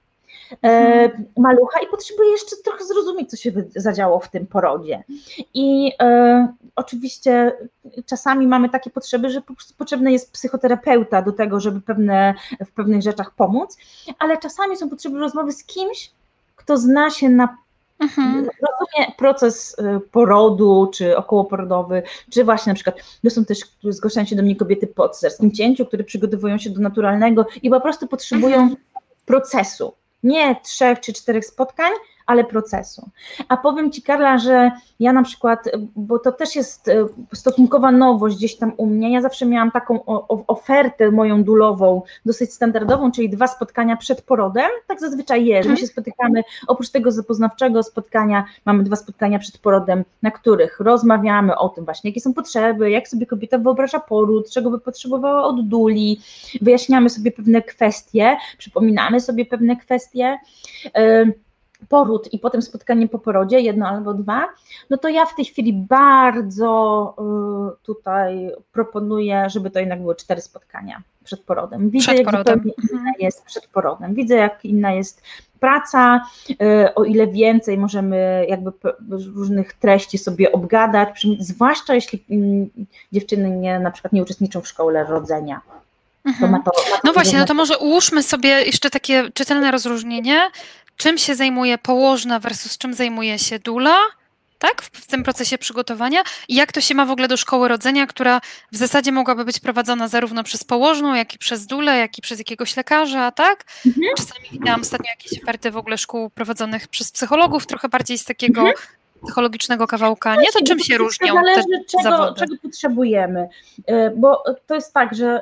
e, malucha i potrzebuje jeszcze trochę zrozumieć, co się zadziało w tym porodzie. I e, oczywiście czasami mamy takie potrzeby, że po prostu potrzebny jest psychoterapeuta do tego, żeby pewne, w pewnych rzeczach pomóc, ale czasami są potrzeby rozmowy z kimś, kto zna się na Mhm. rozumie proces porodu, czy okołoporodowy, czy właśnie na przykład, to są też, zgłaszają się do mnie kobiety po cesarskim cięciu, które przygotowują się do naturalnego i po prostu potrzebują mhm. procesu, nie trzech czy czterech spotkań, ale procesu. A powiem Ci, Karla, że ja na przykład, bo to też jest stosunkowa nowość gdzieś tam u mnie, ja zawsze miałam taką ofertę moją dulową, dosyć standardową, czyli dwa spotkania przed porodem, tak zazwyczaj jest, my się spotykamy, oprócz tego zapoznawczego spotkania, mamy dwa spotkania przed porodem, na których rozmawiamy o tym właśnie, jakie są potrzeby, jak sobie kobieta wyobraża poród, czego by potrzebowała od duli, wyjaśniamy sobie pewne kwestie, przypominamy sobie pewne kwestie, yy, poród i potem spotkanie po porodzie, jedno albo dwa, no to ja w tej chwili bardzo y, tutaj proponuję, żeby to jednak były cztery spotkania przed porodem. Widzę, przed jak porodem. Zupełnie inna jest przed porodem. Widzę, jak inna jest praca, y, o ile więcej możemy jakby różnych treści sobie obgadać, zwłaszcza jeśli y, dziewczyny nie, na przykład nie uczestniczą w szkole rodzenia. Mhm. To ma to, ma to no właśnie, no to może ułóżmy sobie jeszcze takie czytelne rozróżnienie, czym się zajmuje położna versus czym zajmuje się dula, tak, w, w tym procesie przygotowania i jak to się ma w ogóle do szkoły rodzenia, która w zasadzie mogłaby być prowadzona zarówno przez położną, jak i przez dulę, jak i przez jakiegoś lekarza, tak? Mhm. Czasami widziałam ostatnio jakieś oferty w ogóle szkół prowadzonych przez psychologów, trochę bardziej z takiego mhm. psychologicznego kawałka, nie? To czym się różnią zależy, te czego, zawody? Czego potrzebujemy, bo to jest tak, że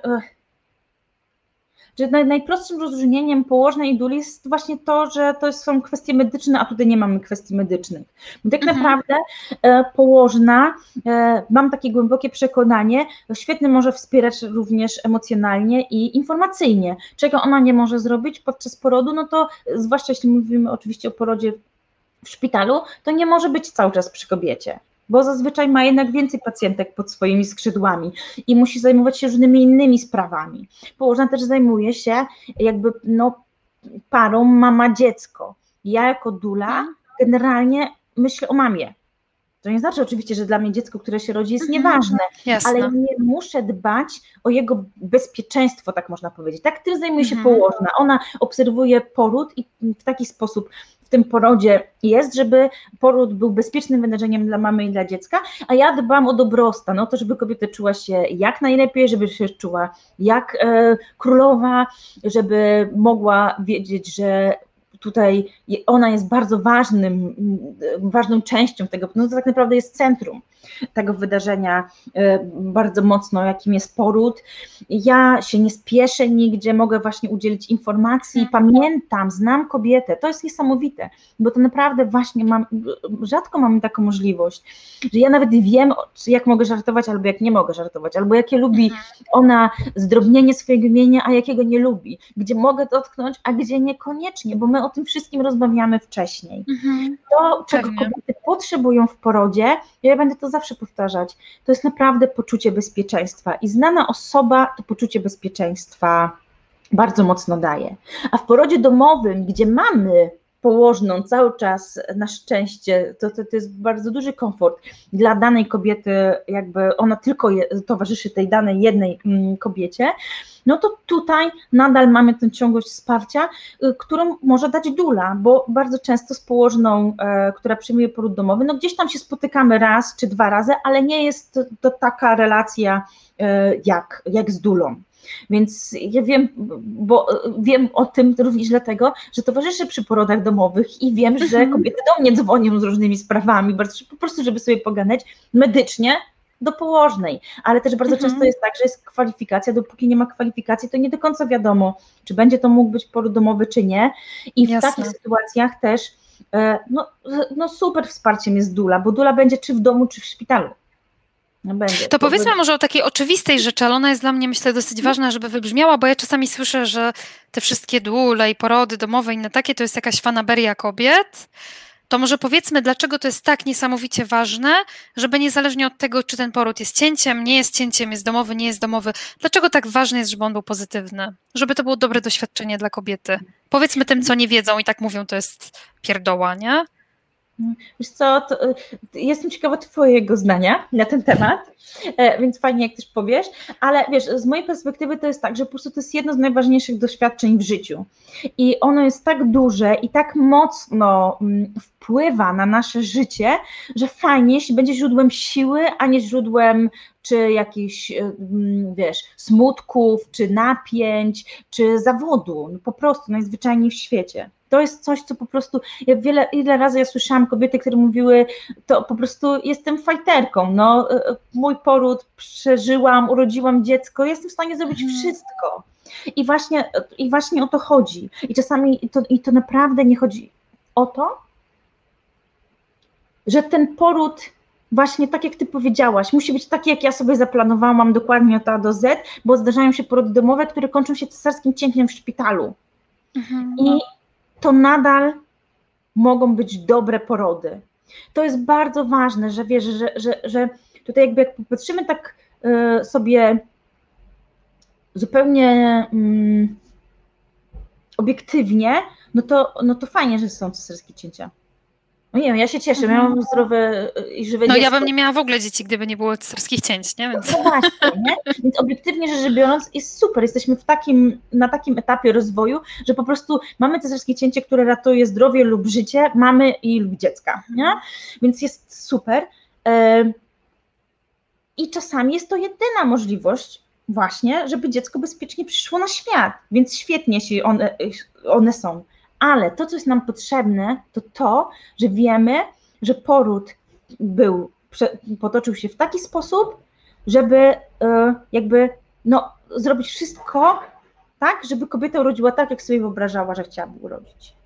że najprostszym rozróżnieniem położnej i duli jest właśnie to, że to są kwestie medyczne, a tutaj nie mamy kwestii medycznych. Bo tak mhm. naprawdę e, położna, e, mam takie głębokie przekonanie, świetnie może wspierać również emocjonalnie i informacyjnie. Czego ona nie może zrobić podczas porodu, no to zwłaszcza jeśli mówimy oczywiście o porodzie w szpitalu, to nie może być cały czas przy kobiecie, bo zazwyczaj ma jednak więcej pacjentek pod swoimi skrzydłami i musi zajmować się różnymi innymi sprawami. Położna też zajmuje się jakby no, parą mama-dziecko. Ja jako dula generalnie myślę o mamie. To nie znaczy oczywiście, że dla mnie dziecko, które się rodzi, jest nieważne, Jasne. ale nie muszę dbać o jego bezpieczeństwo, tak można powiedzieć. Tak tym zajmuje się mhm. położna. Ona obserwuje poród i w taki sposób w tym porodzie jest, żeby poród był bezpiecznym wydarzeniem dla mamy i dla dziecka, a ja dbam o dobrostan, o to, żeby kobieta czuła się jak najlepiej, żeby się czuła jak e, królowa, żeby mogła wiedzieć, że tutaj ona jest bardzo ważnym, ważną częścią tego, no to tak naprawdę jest centrum tego wydarzenia bardzo mocno, jakim jest poród. Ja się nie spieszę nigdzie, mogę właśnie udzielić informacji, pamiętam, znam kobietę, to jest niesamowite, bo to naprawdę właśnie mam, rzadko mamy taką możliwość, że ja nawet wiem, jak mogę żartować, albo jak nie mogę żartować, albo jakie lubi ona zdrobnienie swojego imienia, a jakiego nie lubi, gdzie mogę dotknąć, a gdzie niekoniecznie, bo my o tym wszystkim rozmawiamy wcześniej. Mhm. To, czego Pewnie. kobiety potrzebują w porodzie, ja będę to zawsze powtarzać, to jest naprawdę poczucie bezpieczeństwa i znana osoba to poczucie bezpieczeństwa bardzo mocno daje. A w porodzie domowym, gdzie mamy położną cały czas na szczęście, to, to, to jest bardzo duży komfort dla danej kobiety, jakby ona tylko je, towarzyszy tej danej jednej mm, kobiecie, no to tutaj nadal mamy tę ciągłość wsparcia, y, którą może dać dula, bo bardzo często z położną, y, która przyjmuje poród domowy, no gdzieś tam się spotykamy raz czy dwa razy, ale nie jest to, to taka relacja y, jak, jak z dulą. Więc ja wiem, bo wiem o tym również dlatego, że towarzyszę przy porodach domowych i wiem, że mhm. kobiety do mnie dzwonią z różnymi sprawami, bardzo, po prostu żeby sobie pogadać medycznie do położnej, ale też bardzo mhm. często jest tak, że jest kwalifikacja, dopóki nie ma kwalifikacji, to nie do końca wiadomo, czy będzie to mógł być poród domowy, czy nie i w Jasne. takich sytuacjach też no, no super wsparciem jest dula, bo dula będzie czy w domu, czy w szpitalu. No będzie, to powiedzmy będzie. może o takiej oczywistej rzeczy, ale ona jest dla mnie, myślę, dosyć ważna, żeby wybrzmiała, bo ja czasami słyszę, że te wszystkie dule i porody domowe i inne takie, to jest jakaś fanaberia kobiet, to może powiedzmy, dlaczego to jest tak niesamowicie ważne, żeby niezależnie od tego, czy ten poród jest cięciem, nie jest cięciem, jest domowy, nie jest domowy, dlaczego tak ważne jest, żeby on był pozytywny, żeby to było dobre doświadczenie dla kobiety. Powiedzmy tym, co nie wiedzą i tak mówią, to jest pierdoła, nie? Wiesz co, to, jestem ciekawa twojego zdania na ten temat, więc fajnie jak też powiesz, ale wiesz, z mojej perspektywy to jest tak, że po prostu to jest jedno z najważniejszych doświadczeń w życiu i ono jest tak duże i tak mocno wpływa na nasze życie, że fajnie, jeśli będzie źródłem siły, a nie źródłem czy jakichś, wiesz, smutków, czy napięć, czy zawodu, po prostu najzwyczajniej w świecie. To jest coś, co po prostu, ja wiele, ile razy ja słyszałam kobiety, które mówiły, to po prostu jestem fajterką, no mój poród przeżyłam, urodziłam dziecko, jestem w stanie zrobić mhm. wszystko. I właśnie, i właśnie o to chodzi. I czasami to, i to naprawdę nie chodzi o to, że ten poród właśnie tak jak ty powiedziałaś, musi być taki, jak ja sobie zaplanowałam dokładnie od A do Z, bo zdarzają się porody domowe, które kończą się cesarskim cięciem w szpitalu. Mhm. I to nadal mogą być dobre porody. To jest bardzo ważne, że wiesz, że, że, że tutaj jakby jak popatrzymy tak y, sobie zupełnie y, obiektywnie, no to, no to fajnie, że są cesarskie cięcia. No nie wiem, ja się cieszę, mhm. miałam zdrowe i żywe No dziecko. ja bym nie miała w ogóle dzieci, gdyby nie było cesarskich cięć, nie? Więc... No właśnie, nie? Więc obiektywnie rzecz biorąc jest super, jesteśmy w takim, na takim etapie rozwoju, że po prostu mamy cesarskie cięcie, które ratuje zdrowie lub życie mamy i lub dziecka, nie? Więc jest super. I czasami jest to jedyna możliwość właśnie, żeby dziecko bezpiecznie przyszło na świat, więc świetnie, jeśli one, one są. Ale to, co jest nam potrzebne, to to, że wiemy, że poród był, potoczył się w taki sposób, żeby jakby no, zrobić wszystko tak, żeby kobieta urodziła tak, jak sobie wyobrażała, że chciałaby urodzić.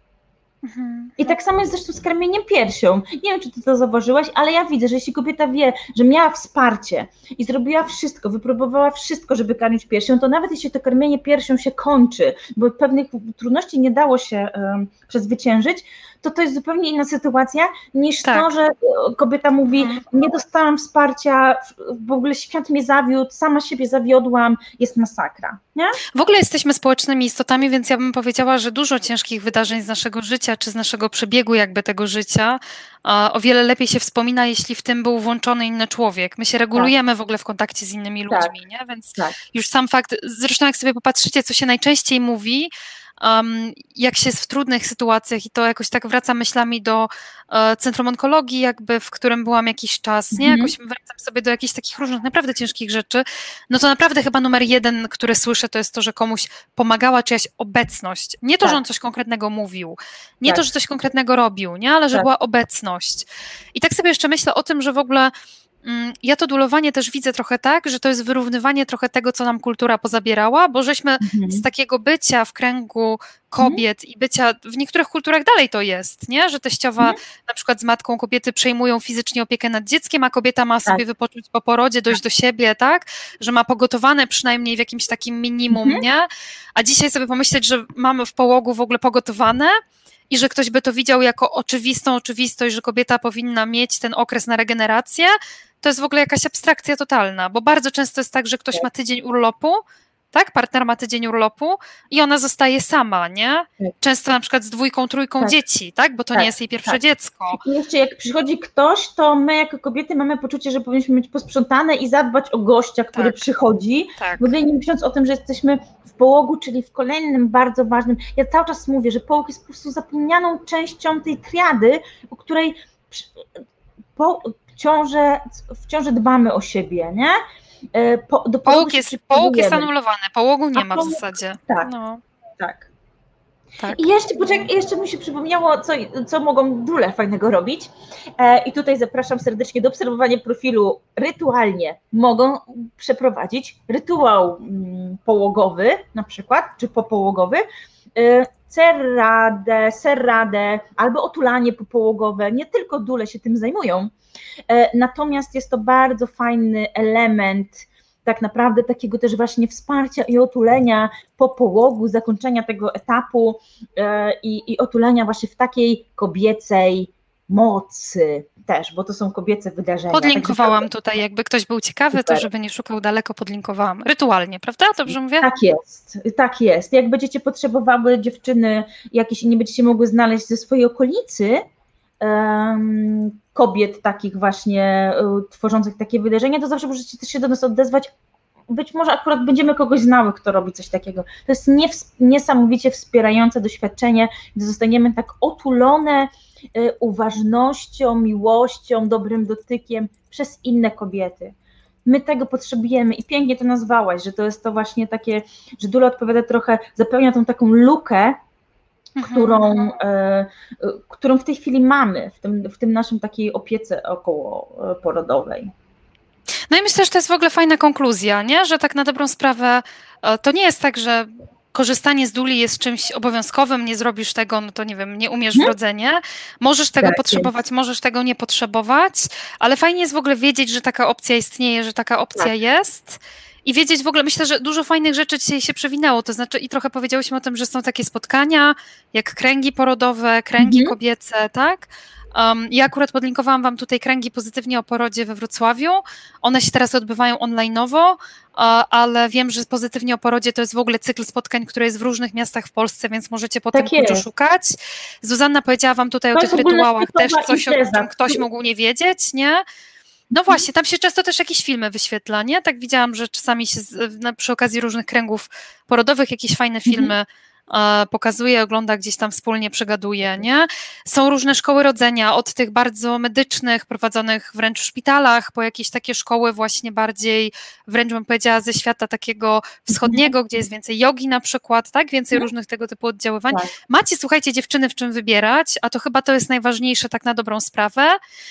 Mhm. I tak samo jest zresztą z karmieniem piersią. Nie wiem, czy ty to zauważyłaś, ale ja widzę, że jeśli kobieta wie, że miała wsparcie i zrobiła wszystko, wypróbowała wszystko, żeby karmić piersią, to nawet jeśli to karmienie piersią się kończy, bo pewnych trudności nie dało się um, przezwyciężyć, to to jest zupełnie inna sytuacja niż tak. to, że kobieta mówi, nie dostałam wsparcia, w ogóle świat mnie zawiódł, sama siebie zawiodłam, jest masakra. Nie? W ogóle jesteśmy społecznymi istotami, więc ja bym powiedziała, że dużo ciężkich wydarzeń z naszego życia, czy z naszego przebiegu jakby tego życia, o wiele lepiej się wspomina, jeśli w tym był włączony inny człowiek. My się regulujemy tak. w ogóle w kontakcie z innymi ludźmi, tak. nie? Więc tak. już sam fakt, zresztą jak sobie popatrzycie, co się najczęściej mówi, Um, jak się jest w trudnych sytuacjach i to jakoś tak wraca myślami do uh, Centrum Onkologii, jakby w którym byłam jakiś czas, nie? Jakoś wracam sobie do jakichś takich różnych naprawdę ciężkich rzeczy, no to naprawdę chyba numer jeden, który słyszę, to jest to, że komuś pomagała czyjaś obecność. Nie to, tak. że on coś konkretnego mówił, nie tak. to, że coś konkretnego robił, nie? Ale że tak. była obecność. I tak sobie jeszcze myślę o tym, że w ogóle ja to dulowanie też widzę trochę tak, że to jest wyrównywanie trochę tego, co nam kultura pozabierała, bo żeśmy mhm. z takiego bycia w kręgu kobiet mhm. i bycia, w niektórych kulturach dalej to jest, nie? Że teściowa mhm. na przykład z matką kobiety przejmują fizycznie opiekę nad dzieckiem, a kobieta ma sobie tak. wypocząć po porodzie, dojść do siebie, tak? Że ma pogotowane przynajmniej w jakimś takim minimum, mhm. nie? A dzisiaj sobie pomyśleć, że mamy w połogu w ogóle pogotowane, i że ktoś by to widział jako oczywistą oczywistość, że kobieta powinna mieć ten okres na regenerację, to jest w ogóle jakaś abstrakcja totalna, bo bardzo często jest tak, że ktoś ma tydzień urlopu, tak, partner ma tydzień urlopu i ona zostaje sama, nie? Często na przykład z dwójką, trójką tak. dzieci, tak, bo to tak. nie jest jej pierwsze tak. dziecko. I jeszcze jak przychodzi ktoś, to my jako kobiety mamy poczucie, że powinniśmy mieć posprzątane i zadbać o gościa, który tak. przychodzi, tak. w ogóle nie myśląc o tym, że jesteśmy w połogu, czyli w kolejnym bardzo ważnym, ja cały czas mówię, że połóg jest po prostu zapomnianą częścią tej triady, o której po, w, ciąży, w ciąży dbamy o siebie, nie? Po, do połóg, jest, połóg jest anulowany, połogu nie A ma połóg, w zasadzie. Tak, no. tak. tak. I jeszcze, poczekaj, jeszcze mi się przypomniało, co, co mogą dule fajnego robić. E, I tutaj zapraszam serdecznie do obserwowania profilu rytualnie. Mogą przeprowadzić rytuał mm, połogowy na przykład, czy popołogowy, e, cerradę, serradę albo otulanie popołogowe. Nie tylko dule się tym zajmują. Natomiast jest to bardzo fajny element tak naprawdę takiego też właśnie wsparcia i otulenia po połogu, zakończenia tego etapu i, i otulenia właśnie w takiej kobiecej mocy też, bo to są kobiece wydarzenia. Podlinkowałam Także... tutaj, jakby ktoś był ciekawy, Super. To żeby nie szukał daleko, podlinkowałam. Rytualnie, prawda? Dobrze mówię? Tak jest, tak jest. Jak będziecie potrzebowały dziewczyny jakieś i nie będziecie mogły znaleźć ze swojej okolicy um, kobiet takich właśnie um, tworzących takie wydarzenia, to zawsze możecie też się do nas odezwać. Być może akurat będziemy kogoś znały, kto robi coś takiego. To jest niesamowicie wspierające doświadczenie, gdy zostaniemy tak otulone y, uważnością, miłością, dobrym dotykiem przez inne kobiety. My tego potrzebujemy i pięknie to nazwałaś, że to jest to właśnie takie, że Dula odpowiada trochę, zapełnia tą taką lukę, mhm. którą, y, y, którą w tej chwili mamy, w tym, w tym naszym takiej opiece okołoporodowej. No i myślę, że to jest w ogóle fajna konkluzja, nie? Że tak na dobrą sprawę to nie jest tak, że korzystanie z duli jest czymś obowiązkowym, nie zrobisz tego, no to nie wiem, nie umiesz w rodzenie, możesz tego tak, potrzebować, jest. Możesz tego nie potrzebować, ale fajnie jest w ogóle wiedzieć, że taka opcja istnieje, że taka opcja tak. jest i wiedzieć w ogóle, myślę, że dużo fajnych rzeczy dzisiaj się przewinęło, to znaczy i trochę powiedziałyśmy o tym, że są takie spotkania, jak kręgi porodowe, kręgi mhm. kobiece, tak? Um, ja akurat podlinkowałam wam tutaj kręgi pozytywnie o porodzie we Wrocławiu. One się teraz odbywają online'owo, uh, ale wiem, że pozytywnie o porodzie to jest w ogóle cykl spotkań, który jest w różnych miastach w Polsce, więc możecie po tak tym kluczu szukać. Zuzanna powiedziała wam tutaj to o tych rytuałach też coś, o czym ktoś mógł nie wiedzieć, nie? No właśnie, tam się często też jakieś filmy wyświetla, nie? Tak widziałam, że czasami się z, na, przy okazji różnych kręgów porodowych jakieś fajne filmy mhm. pokazuje, ogląda, gdzieś tam wspólnie przegaduje, nie? Są różne szkoły rodzenia, od tych bardzo medycznych, prowadzonych wręcz w szpitalach, po jakieś takie szkoły właśnie bardziej, wręcz bym powiedziała, ze świata takiego wschodniego, gdzie jest więcej jogi na przykład, tak? Więcej różnych tego typu oddziaływań. Tak. Macie, słuchajcie, dziewczyny, w czym wybierać, a to chyba to jest najważniejsze tak na dobrą sprawę.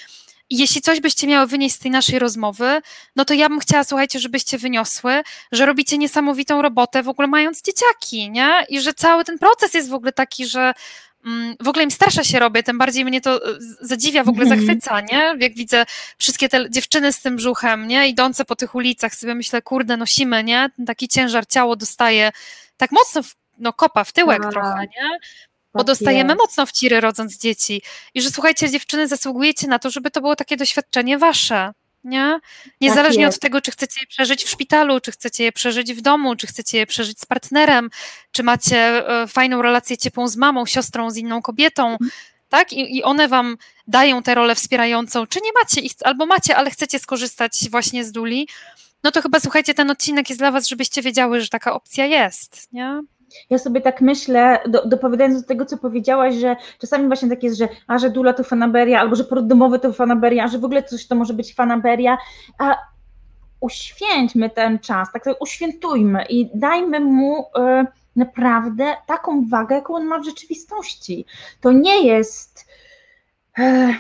I jeśli coś byście miały wynieść z tej naszej rozmowy, no to ja bym chciała, słuchajcie, żebyście wyniosły, że robicie niesamowitą robotę w ogóle mając dzieciaki, nie? I że cały ten proces jest w ogóle taki, że mm, w ogóle im starsza się robię, tym bardziej mnie to zadziwia, w ogóle mm-hmm. zachwyca, nie? Jak widzę wszystkie te dziewczyny z tym brzuchem, nie? Idące po tych ulicach, sobie myślę, kurde, nosimy, nie? Ten taki ciężar ciało dostaje tak mocno, w, no kopa w tyłek A. trochę, nie? Bo dostajemy mocno w ciry rodząc dzieci. I że słuchajcie, dziewczyny, zasługujecie na to, żeby to było takie doświadczenie wasze, nie? Niezależnie tak od tego, czy chcecie je przeżyć w szpitalu, czy chcecie je przeżyć w domu, czy chcecie je przeżyć z partnerem, czy macie fajną relację ciepłą z mamą, siostrą, z inną kobietą, tak? I, i one wam dają tę rolę wspierającą, czy nie macie ich, albo macie, ale chcecie skorzystać właśnie z duli, no to chyba, słuchajcie, ten odcinek jest dla was, żebyście wiedziały, że taka opcja jest, nie? Ja sobie tak myślę, do, dopowiadając do tego, co powiedziałaś, że czasami właśnie tak jest, że a że dula to fanaberia, albo że poród domowy to fanaberia, a że w ogóle coś to może być fanaberia, a uświęćmy ten czas, tak sobie uświętujmy i dajmy mu y, naprawdę taką wagę, jaką on ma w rzeczywistości. To nie jest y,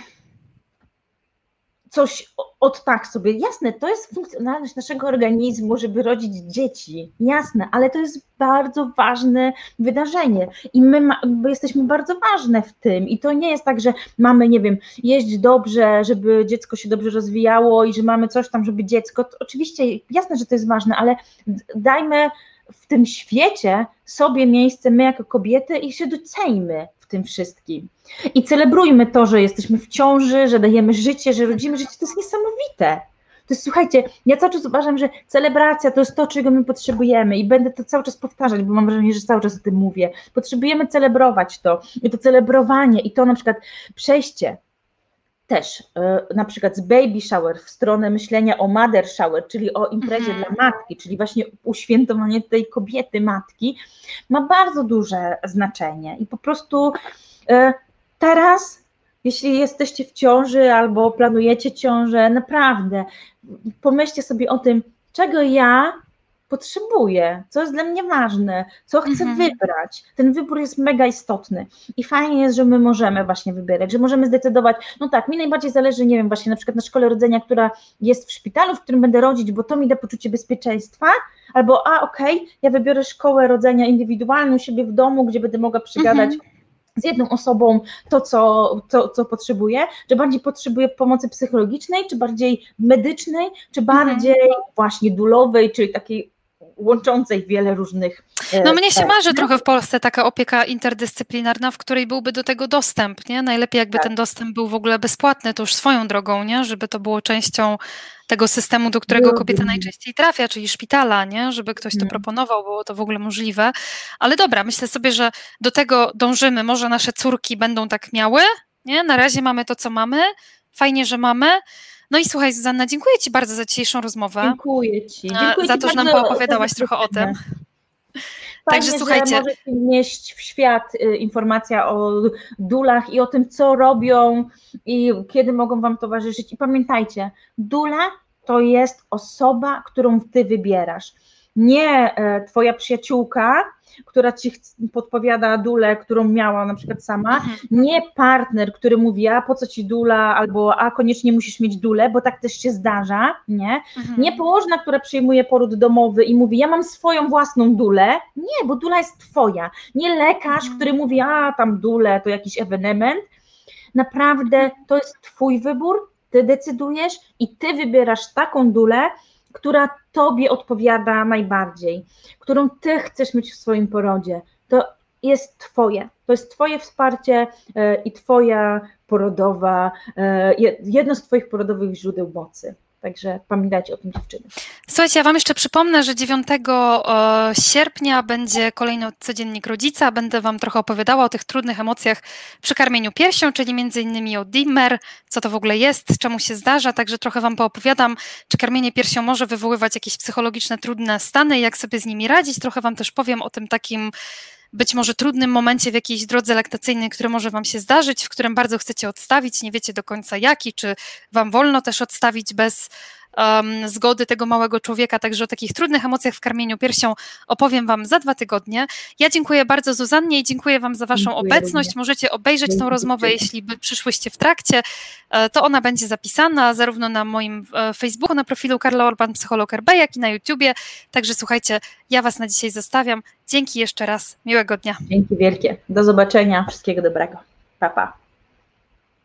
coś od tak sobie, jasne, to jest funkcjonalność naszego organizmu, żeby rodzić dzieci, jasne, ale to jest bardzo ważne wydarzenie i my ma, jesteśmy bardzo ważne w tym i to nie jest tak, że mamy, nie wiem, jeść dobrze, żeby dziecko się dobrze rozwijało i że mamy coś tam, żeby dziecko, to oczywiście jasne, że to jest ważne, ale dajmy w tym świecie sobie miejsce, my jako kobiety i się doceńmy w tym wszystkim. I celebrujmy to, że jesteśmy w ciąży, że dajemy życie, że rodzimy życie, to jest niesamowite. To jest, słuchajcie, ja cały czas uważam, że celebracja to jest to, czego my potrzebujemy i będę to cały czas powtarzać, bo mam wrażenie, że cały czas o tym mówię. Potrzebujemy celebrować to i to celebrowanie i to na przykład przejście też yy, na przykład z baby shower w stronę myślenia o mother shower, czyli o imprezie mhm. dla matki, czyli właśnie uświętowanie tej kobiety, matki, ma bardzo duże znaczenie i po prostu yy, teraz, jeśli jesteście w ciąży albo planujecie ciążę, naprawdę pomyślcie sobie o tym, czego ja potrzebuję, co jest dla mnie ważne, co chcę mhm. wybrać. Ten wybór jest mega istotny i fajnie jest, że my możemy właśnie wybierać, że możemy zdecydować, no tak, mi najbardziej zależy, nie wiem, właśnie na przykład na szkole rodzenia, która jest w szpitalu, w którym będę rodzić, bo to mi da poczucie bezpieczeństwa, albo a okej, okay, ja wybiorę szkołę rodzenia indywidualną u siebie w domu, gdzie będę mogła przygadać mhm. z jedną osobą to, co, to, co potrzebuję, czy bardziej potrzebuję pomocy psychologicznej, czy bardziej medycznej, czy bardziej mhm. właśnie dulowej, czyli takiej łączącej wiele różnych... No mnie się marzy trochę w Polsce taka opieka interdyscyplinarna, w której byłby do tego dostęp, nie? Najlepiej jakby tak. ten dostęp był w ogóle bezpłatny, to już swoją drogą, nie? Żeby to było częścią tego systemu, do którego kobieta najczęściej trafia, czyli szpitala, nie? Żeby ktoś to proponował, było to w ogóle możliwe. Ale dobra, myślę sobie, że do tego dążymy. Może nasze córki będą tak miały, nie? Na razie mamy to, co mamy. Fajnie, że mamy. No i słuchaj, Zuzanna, dziękuję Ci bardzo za dzisiejszą rozmowę. Dziękuję Ci. Dziękuję za ci to, że nam poopowiadałaś trochę o tym. Fajnie, Także słuchajcie. Że może wnieść w świat informacja o dulach i o tym, co robią i kiedy mogą Wam towarzyszyć. I pamiętajcie, dula to jest osoba, którą Ty wybierasz. Nie Twoja przyjaciółka, która Ci podpowiada dulę, którą miała na przykład sama, mhm. nie partner, który mówi, a po co Ci dula, albo a koniecznie musisz mieć dulę, bo tak też się zdarza, nie? Mhm. Nie położna, która przyjmuje poród domowy i mówi, ja mam swoją własną dulę, nie, bo dula jest Twoja, nie lekarz, mhm. który mówi, a tam dulę to jakiś ewenement, naprawdę to jest Twój wybór, Ty decydujesz i Ty wybierasz taką dulę, która Tobie odpowiada najbardziej, którą Ty chcesz mieć w swoim porodzie, to jest Twoje, to jest Twoje wsparcie i Twoja porodowa, jedno z Twoich porodowych źródeł mocy. Także pamiętajcie o tym, dziewczyny. Słuchajcie, ja Wam jeszcze przypomnę, że dziewiątego sierpnia będzie kolejny codziennik rodzica. Będę Wam trochę opowiadała o tych trudnych emocjach przy karmieniu piersią, czyli między innymi o dimmer, co to w ogóle jest, czemu się zdarza. Także trochę Wam poopowiadam, czy karmienie piersią może wywoływać jakieś psychologiczne, trudne stany, jak sobie z nimi radzić. Trochę Wam też powiem o tym takim być może trudnym momencie w jakiejś drodze laktacyjnej, który może Wam się zdarzyć, w którym bardzo chcecie odstawić, nie wiecie do końca jaki, czy Wam wolno też odstawić bez um, zgody tego małego człowieka, także o takich trudnych emocjach w karmieniu piersią opowiem Wam za dwa tygodnie. Ja dziękuję bardzo Zuzannie i dziękuję Wam za Waszą dziękuję obecność. Również. Możecie obejrzeć dziękuję. Tą rozmowę, jeśli by przyszłyście w trakcie, to ona będzie zapisana zarówno na moim Facebooku, na profilu Karla Orban, psycholog R B, jak i na YouTubie. Także słuchajcie, ja Was na dzisiaj zostawiam. Dzięki jeszcze raz. Miłego dnia. Dzięki wielkie. Do zobaczenia. Wszystkiego dobrego. Pa, pa.